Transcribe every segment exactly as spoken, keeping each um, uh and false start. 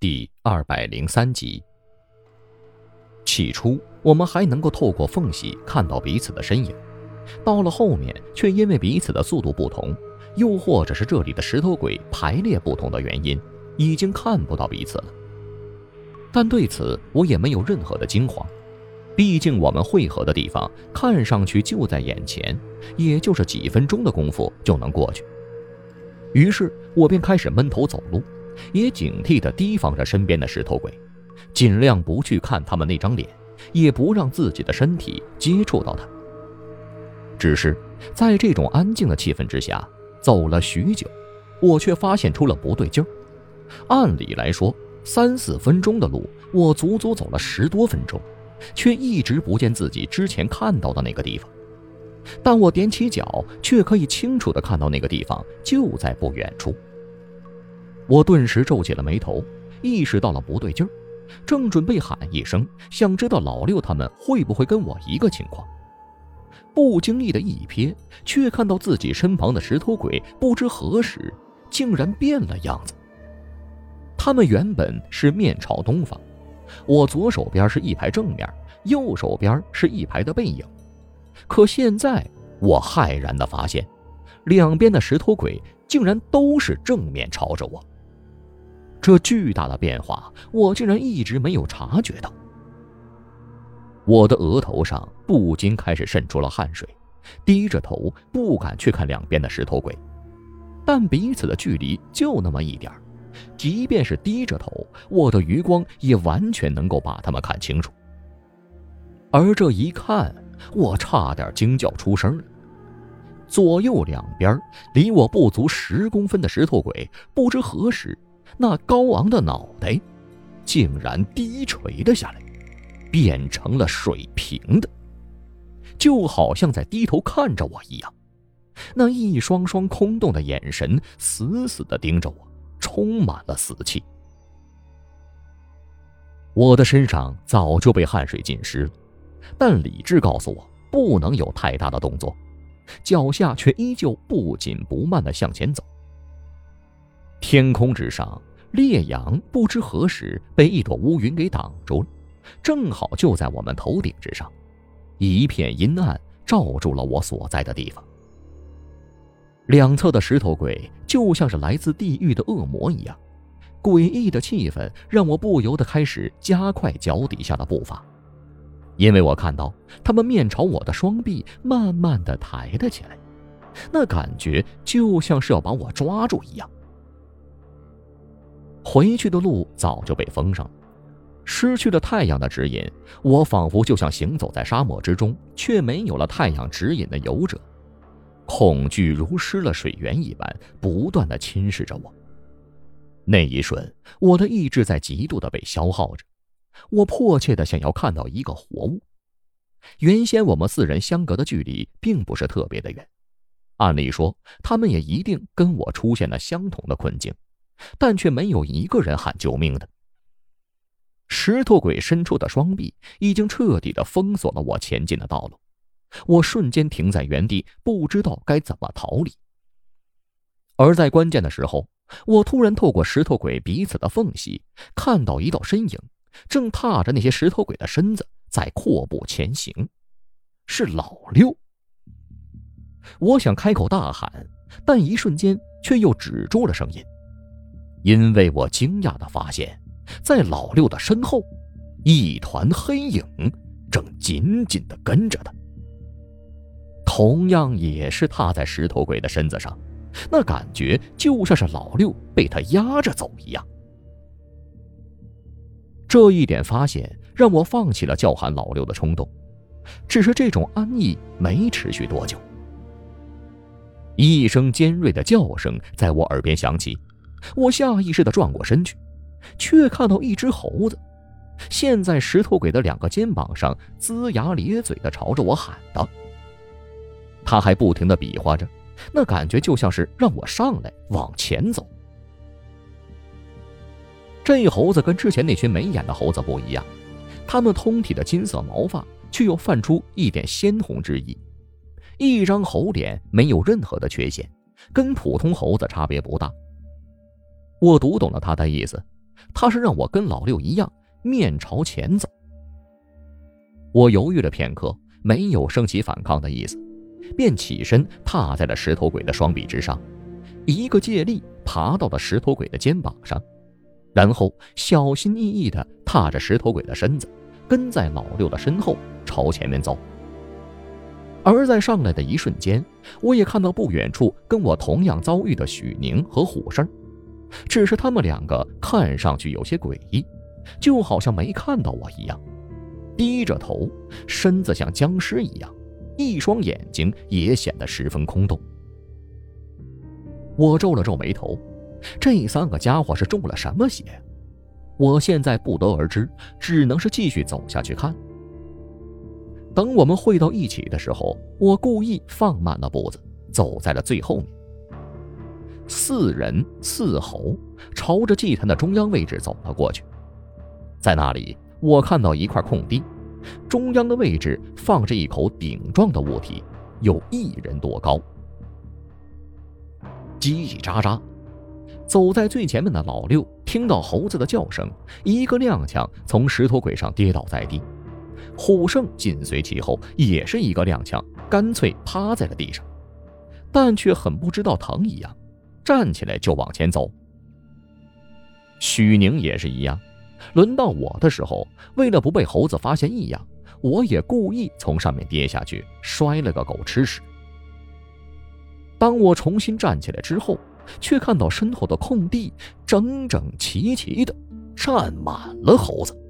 第二百零三集。起初我们还能够透过缝隙看到彼此的身影，到了后面却因为彼此的速度不同，又或者是这里的石头轨排列不同的原因，已经看不到彼此了。但对此我也没有任何的惊慌，毕竟我们汇合的地方看上去就在眼前，也就是几分钟的功夫就能过去。于是我便开始闷头走路，也警惕地提防着身边的石头鬼，尽量不去看他们那张脸，也不让自己的身体接触到它。只是在这种安静的气氛之下，走了许久，我却发现出了不对劲儿。按理来说，三四分钟的路，我足足走了十多分钟，却一直不见自己之前看到的那个地方。但我踮起脚，却可以清楚地看到那个地方就在不远处。我顿时皱起了眉头，意识到了不对劲儿，正准备喊一声，想知道老六他们会不会跟我一个情况。不经意的一瞥，却看到自己身旁的石头鬼不知何时竟然变了样子。他们原本是面朝东方，我左手边是一排正面，右手边是一排的背影。可现在我骇然地发现，两边的石头鬼竟然都是正面朝着我。这巨大的变化，我竟然一直没有察觉到。我的额头上不禁开始渗出了汗水，低着头不敢去看两边的石头鬼，但彼此的距离就那么一点，即便是低着头，我的余光也完全能够把他们看清楚。而这一看，我差点惊叫出声了。左右两边离我不足十公分的石头鬼，不知何时那高昂的脑袋竟然低垂了下来，变成了水平的，就好像在低头看着我一样。那一双双空洞的眼神死死地盯着我，充满了死气。我的身上早就被汗水浸湿了，但理智告诉我不能有太大的动作，脚下却依旧不紧不慢地向前走。天空之上，烈阳不知何时被一朵乌云给挡住了，正好就在我们头顶之上，一片阴暗罩住了我所在的地方。两侧的石头鬼就像是来自地狱的恶魔一样，诡异的气氛让我不由得开始加快脚底下的步伐，因为我看到他们面朝我的双臂慢慢地抬了起来，那感觉就像是要把我抓住一样。回去的路早就被封上了，失去了太阳的指引，我仿佛就像行走在沙漠之中却没有了太阳指引的游者，恐惧如失了水源一般不断地侵蚀着我。那一瞬，我的意志在极度地被消耗着，我迫切地想要看到一个活物。原先我们四人相隔的距离并不是特别的远，按理说他们也一定跟我出现了相同的困境，但却没有一个人喊救命的。石头鬼伸出的双臂已经彻底地封锁了我前进的道路，我瞬间停在原地，不知道该怎么逃离。而在关键的时候，我突然透过石头鬼彼此的缝隙，看到一道身影正踏着那些石头鬼的身子在阔步前行，是老六。我想开口大喊，但一瞬间却又止住了声音，因为我惊讶地发现，在老六的身后，一团黑影正紧紧地跟着他，同样也是踏在石头鬼的身子上，那感觉就像是老六被他压着走一样。这一点发现让我放弃了叫喊老六的冲动，只是这种安逸没持续多久。一声尖锐的叫声在我耳边响起，我下意识地转过身去，却看到一只猴子现在石头鬼的两个肩膀上，龇牙咧嘴地朝着我喊道。他还不停地比划着，那感觉就像是让我上来往前走。这猴子跟之前那群没眼的猴子不一样，它们通体的金色毛发却又泛出一点鲜红之意，一张猴脸没有任何的缺陷，跟普通猴子差别不大。我读懂了他的意思， 他是让我跟老六一样面朝前走。我犹豫了片刻，没有升起反抗的意思，便起身踏在了石头鬼的双臂之上，一个借力爬到了石头鬼的肩膀上，然后小心翼翼地踏着石头鬼的身子，跟在老六的身后朝前面走。而在上来的一瞬间，我也看到不远处跟我同样遭遇的许宁和虎胜，只是他们两个看上去有些诡异，就好像没看到我一样，低着头，身子像僵尸一样，一双眼睛也显得十分空洞。我皱了皱眉头，这三个家伙是中了什么邪？我现在不得而知，只能是继续走下去看。等我们汇到一起的时候，我故意放慢了步子，走在了最后面。四人四猴朝着祭坛的中央位置走了过去。在那里，我看到一块空地，中央的位置放着一口鼎状的物体，有一人多高。叽叽喳喳，走在最前面的老六听到猴子的叫声，一个踉跄从石头轨上跌倒在地。虎胜紧随其后，也是一个踉跄，干脆趴在了地上，但却很不知道疼一样，站起来就往前走。许宁也是一样，轮到我的时候，为了不被猴子发现异样，我也故意从上面跌下去，摔了个狗吃屎。当我重新站起来之后，却看到身后的空地整整齐齐的站满了猴子。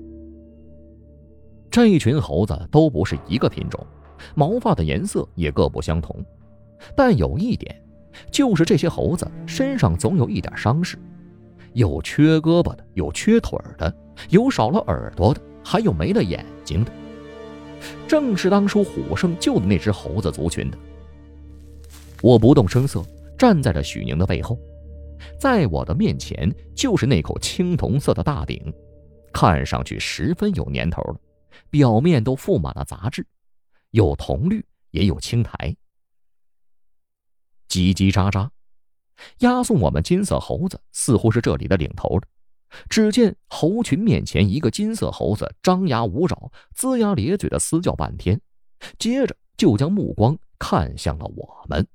这一群猴子都不是一个品种，毛发的颜色也各不相同，但有一点，就是这些猴子身上总有一点伤势，有缺胳膊的，有缺腿的，有少了耳朵的，还有没了眼睛的，正是当初虎胜救的那只猴子族群的。我不动声色站在了许宁的背后，在我的面前就是那口青铜色的大鼎，看上去十分有年头了，表面都覆满了杂质，有铜绿也有青苔。叽叽喳喳，押送我们金色猴子似乎是这里的领头的。只见猴群面前一个金色猴子张牙舞爪，龇牙咧嘴的嘶叫半天，接着就将目光看向了我们。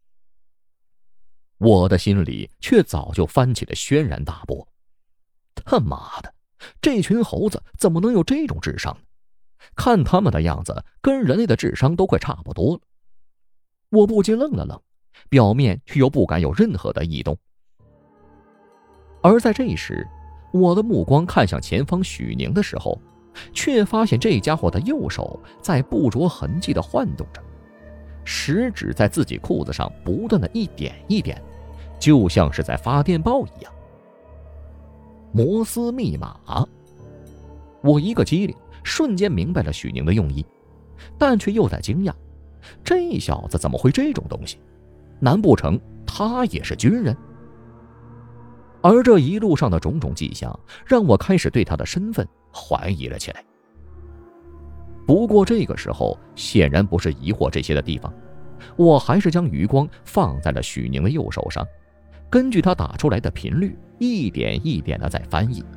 我的心里却早就翻起了轩然大波。他妈的，这群猴子怎么能有这种智商呢？看他们的样子，跟人类的智商都快差不多了。我不禁愣了愣，表面却又不敢有任何的异动。而在这时，我的目光看向前方许宁的时候，却发现这家伙的右手在不着痕迹地晃动着，食指在自己裤子上不断的一点一点，就像是在发电报一样。摩斯密码，我一个机灵，瞬间明白了许宁的用意，但却又在惊讶，这小子怎么会这种东西？难不成他也是军人？而这一路上的种种迹象，让我开始对他的身份怀疑了起来。不过这个时候显然不是疑惑这些的地方，我还是将余光放在了许宁的右手上，根据他打出来的频率，一点一点的在翻译。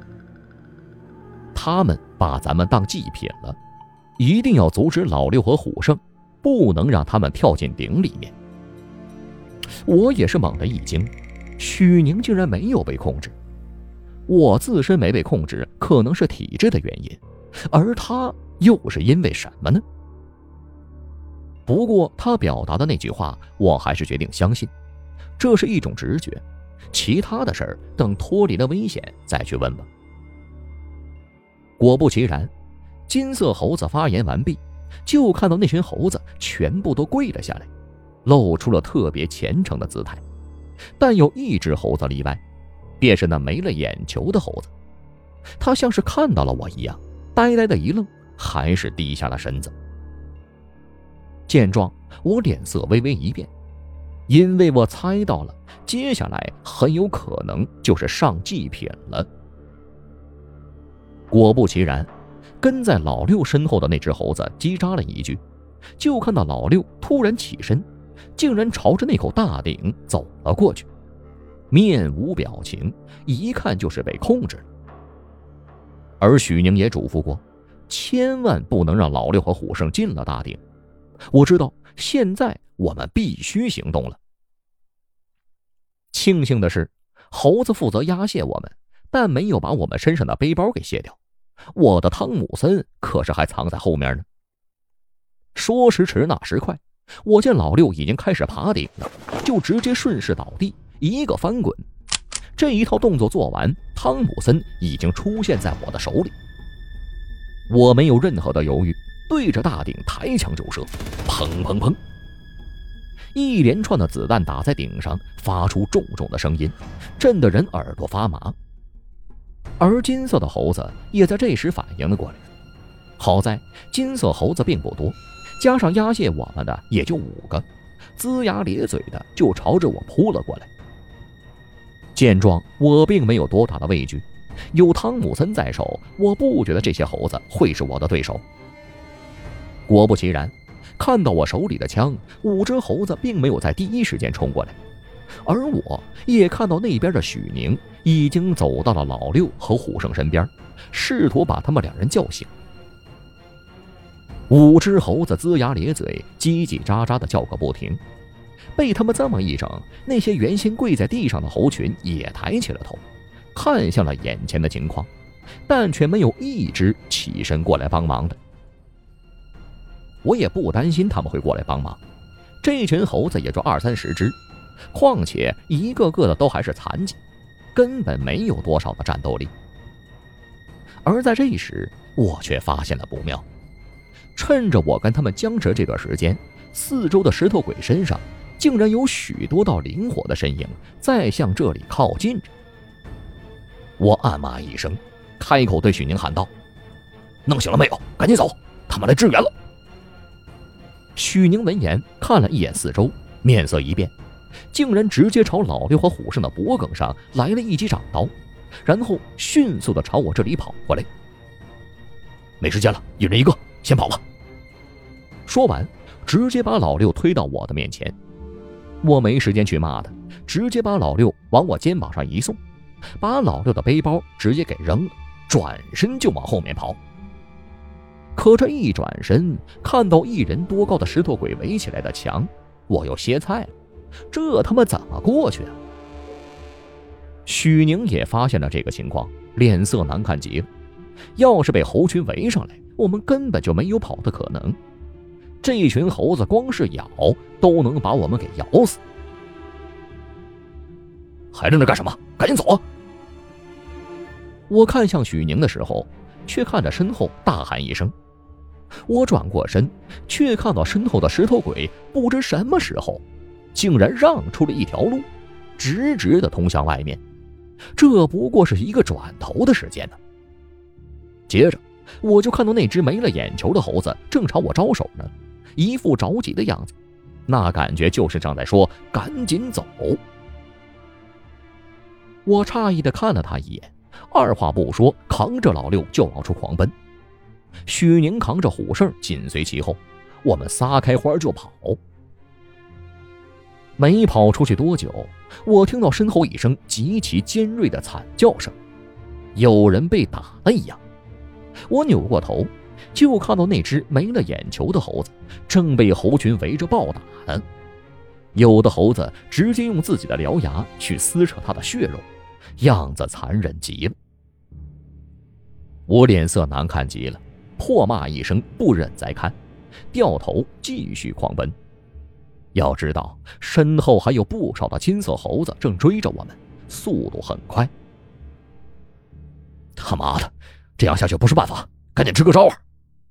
他们把咱们当祭品了，一定要阻止老六和虎胜，不能让他们跳进鼎里面。我也是猛地一惊，许宁竟然没有被控制。我自身没被控制，可能是体质的原因，而他又是因为什么呢？不过他表达的那句话，我还是决定相信，这是一种直觉，其他的事儿等脱离了危险再去问吧。果不其然，金色猴子发言完毕，就看到那群猴子全部都跪了下来，露出了特别虔诚的姿态。但有一只猴子例外，便是那没了眼球的猴子。他像是看到了我一样，呆呆的一愣，还是低下了身子。见状，我脸色微微一变，因为我猜到了接下来很有可能就是上祭品了。果不其然，跟在老六身后的那只猴子叽喳了一句，就看到老六突然起身，竟然朝着那口大鼎走了过去。 面无表情，一看就是被控制了。而许宁也嘱咐过，千万不能让老六和虎胜进了大鼎。我知道现在我们必须行动了。庆幸的是，猴子负责押解我们，但没有把我们身上的背包给卸掉。我的汤姆森可是还藏在后面呢。说时迟，那时快，我见老六已经开始爬顶了，就直接顺势倒地，一个翻滚。这一套动作做完，汤姆森已经出现在我的手里。我没有任何的犹豫，对着大鼎抬枪就射，砰砰砰，一连串的子弹打在顶上，发出重重的声音，震得人耳朵发麻。而金色的猴子也在这时反应了过来。好在金色猴子并不多，加上押解我们的也就五个，龇牙咧嘴的就朝着我扑了过来。见状，我并没有多大的畏惧，有汤姆森在手，我不觉得这些猴子会是我的对手。果不其然，看到我手里的枪，五只猴子并没有在第一时间冲过来，而我也看到那边的许宁已经走到了老六和虎胜身边，试图把他们两人叫醒。五只猴子龇牙咧嘴，叽叽喳喳地叫个不停。被他们这么一整，那些原先跪在地上的猴群也抬起了头，看向了眼前的情况，但却没有一只起身过来帮忙的。我也不担心他们会过来帮忙，这群猴子也就二三十只，况且一个个的都还是残疾，根本没有多少的战斗力。而在这时，我却发现了不妙，趁着我跟他们僵持这段时间，四周的石头鬼身上竟然有许多道灵活的身影在向这里靠近着。我暗骂一声，开口对许宁喊道：“弄醒了没有？赶紧走，他们来支援了。”许宁闻言看了一眼四周，面色一变，竟然直接朝老六和虎胜的脖颈上来了一记掌刀，然后迅速地朝我这里跑过来。没时间了，一人一个，先跑吧。说完，直接把老六推到我的面前。我没时间去骂他，直接把老六往我肩膀上一送，把老六的背包直接给扔了，转身就往后面跑。可这一转身，看到一人多高的石头鬼围起来的墙，我又歇菜了，这他妈怎么过去啊？许宁也发现了这个情况，脸色难看极了。要是被猴群围上来，我们根本就没有跑的可能。这群猴子光是咬都能把我们给咬死。还在那干什么？赶紧走啊！我看向许宁的时候，却看着身后大喊一声。我转过身，却看到身后的石头鬼不知什么时候竟然让出了一条路，直直的通向外面。这不过是一个转头的时间呢。接着我就看到那只没了眼球的猴子正朝我招手呢，一副着急的样子，那感觉就是正在说赶紧走。我诧异地看了他一眼，二话不说扛着老六就往出狂奔。许宁扛着虎胜紧随其后，我们撒开花就跑。没跑出去多久，我听到身后一声极其尖锐的惨叫声，有人被打了一样。我扭过头，就看到那只没了眼球的猴子正被猴群围着暴打呢。有的猴子直接用自己的獠牙去撕扯他的血肉，样子残忍极了。我脸色难看极了，破骂一声，不忍再看，掉头继续狂奔。要知道身后还有不少的金色猴子正追着我们，速度很快。他妈的，这样下去不是办法，赶紧支个招啊！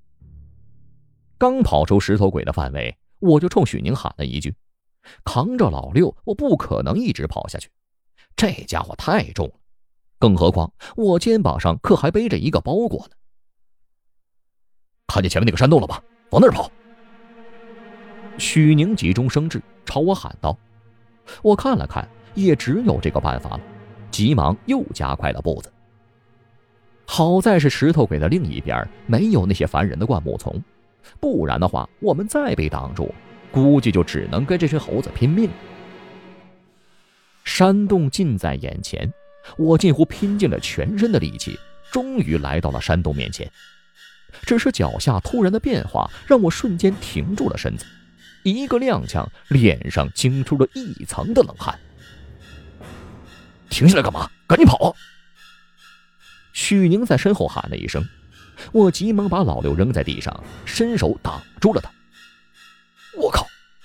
刚跑出石头鬼的范围，我就冲许宁喊了一句，扛着老六，我不可能一直跑下去，这家伙太重了，更何况我肩膀上可还背着一个包裹呢。看见前面那个山洞了吧？往那儿跑！许宁急中生智，朝我喊道。我看了看，也只有这个办法了，急忙又加快了步子。好在是石头鬼的另一边没有那些烦人的灌木丛，不然的话我们再被挡住，估计就只能跟这群猴子拼命。 山洞近在眼前，我近乎拼尽了全身的力气，终于来到了山洞面前。只是脚下突然的变化让我瞬间停住了身子，一个踉跄，脸上惊出了一层的冷汗。停下来干嘛？赶紧跑！许宁在身后喊了一声，我急忙把老六扔在地上，伸手挡住了他。我靠！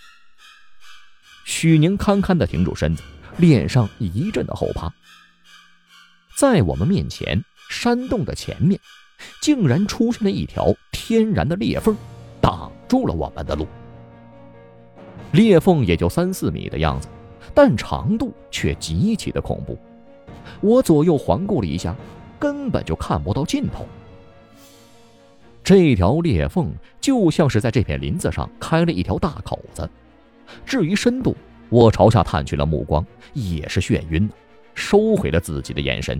许宁堪堪地停住身子，脸上一阵的后怕。在我们面前，山洞的前面竟然出现了一条天然的裂缝，挡住了我们的路。裂缝也就三四米的样子，但长度却极其的恐怖。我左右环顾了一下，根本就看不到尽头。这条裂缝就像是在这片林子上开了一条大口子。至于深度，我朝下探去了目光，也是眩晕了，收回了自己的眼神。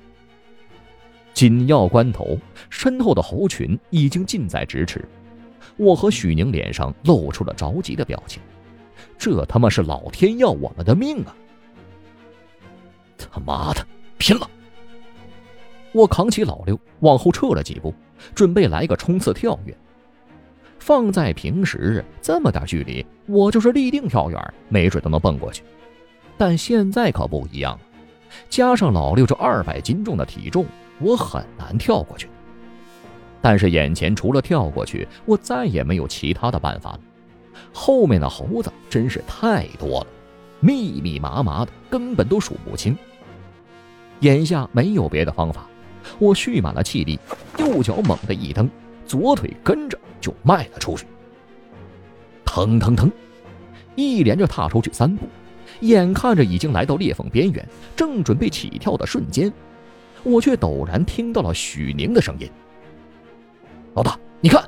紧要关头，身后的猴群已经近在咫尺，我和许宁脸上露出了着急的表情。这他妈是老天要我们的命啊！他妈的，拼了！我扛起老六往后撤了几步，准备来个冲刺跳跃。放在平时，这么点距离，我就是立定跳远，没准都能蹦过去。但现在可不一样了，加上老六这二百斤重的体重，我很难跳过去。但是眼前除了跳过去，我再也没有其他的办法了。后面的猴子真是太多了，密密麻麻的，根本都数不清。眼下没有别的方法，我蓄满了气力，右脚猛地一蹬，左腿跟着就迈了出去。腾腾腾，一连着踏出去三步，眼看着已经来到裂缝边缘，正准备起跳的瞬间，我却陡然听到了许宁的声音：“老大，你看！”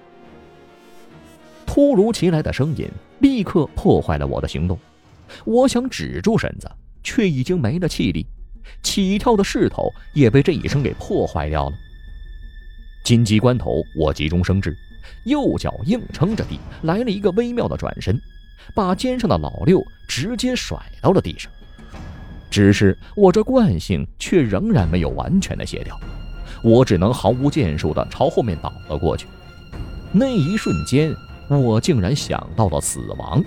突如其来的声音立刻破坏了我的行动，我想止住身子，却已经没了气力，起跳的势头也被这一声给破坏掉了。紧急关头，我急中生智，右脚硬撑着地来了一个微妙的转身，把肩上的老六直接甩到了地上。只是我这惯性却仍然没有完全的卸掉，我只能毫无建树地朝后面倒了过去。那一瞬间，我竟然想到了死亡。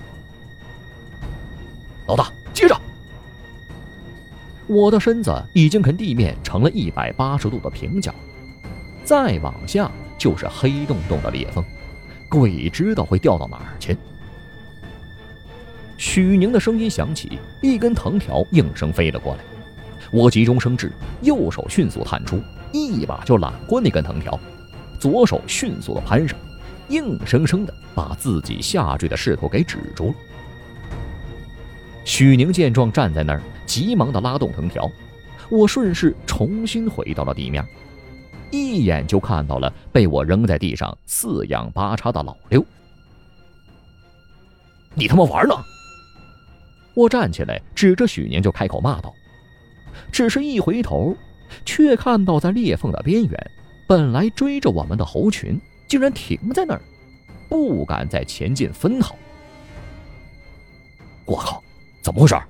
老大，接着！我的身子已经跟地面成了一百八十度的平角，再往下就是黑洞洞的裂缝，鬼知道会掉到哪儿去。许宁的声音响起，一根藤条应声飞了过来，我急中生智，右手迅速探出，一把就揽过那根藤条，左手迅速的攀上，硬生生的把自己下坠的势头给止住了。许宁见状站在那儿，急忙的拉动藤条，我顺势重新回到了地面，一眼就看到了被我扔在地上四仰八叉的老六。你他妈玩呢！我站起来指着许宁就开口骂道，只是一回头，却看到在裂缝的边缘，本来追着我们的猴群竟然停在那儿，不敢再前进分毫。我靠，怎么回事？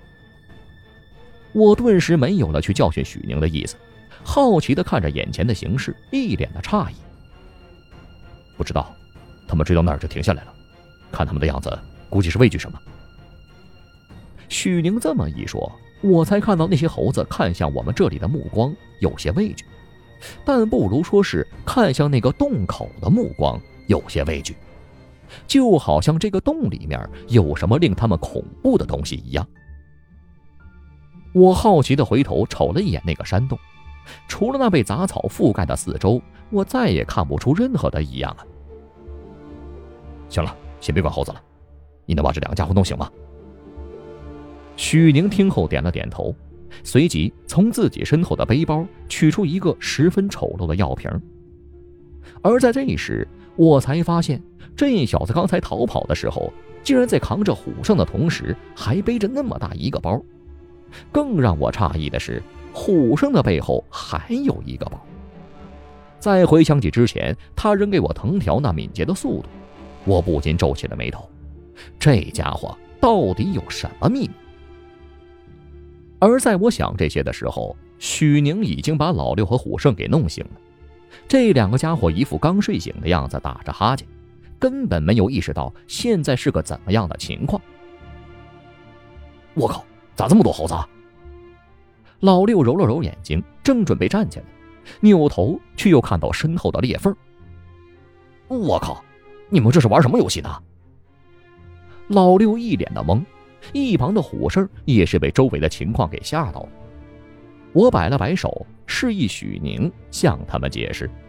我顿时没有了去教训许宁的意思，好奇地看着眼前的形势，一脸的诧异。不知道，他们追到那儿就停下来了，看他们的样子，估计是畏惧什么。许宁这么一说，我才看到那些猴子看向我们这里的目光有些畏惧，但不如说是看向那个洞口的目光有些畏惧，就好像这个洞里面有什么令他们恐怖的东西一样。我好奇地回头瞅了一眼那个山洞，除了那被杂草覆盖的四周，我再也看不出任何的异样了。行了，先别管猴子了，你能把这两个家伙弄醒吗？许宁听后点了点头，随即从自己身后的背包取出一个十分丑陋的药瓶。而在这时，我才发现这小子刚才逃跑的时候，竟然在扛着虎胜的同时还背着那么大一个包。更让我诧异的是，虎胜的背后还有一个包。再回想起之前他扔给我藤条那敏捷的速度，我不禁皱起了眉头，这家伙到底有什么秘密？ 而在我想这些的时候，许宁已经把老六和虎胜给弄醒了。这两个家伙一副刚睡醒的样子，打着哈欠，根本没有意识到现在是个怎么样的情况。我靠，咋这么多猴子啊？老六揉了揉眼睛，正准备站起来，扭头却又看到身后的裂缝。我靠，你们这是玩什么游戏呢？老六一脸的懵，一旁的虎胜也是被周围的情况给吓到了。我摆了摆手，示意许宁向他们解释。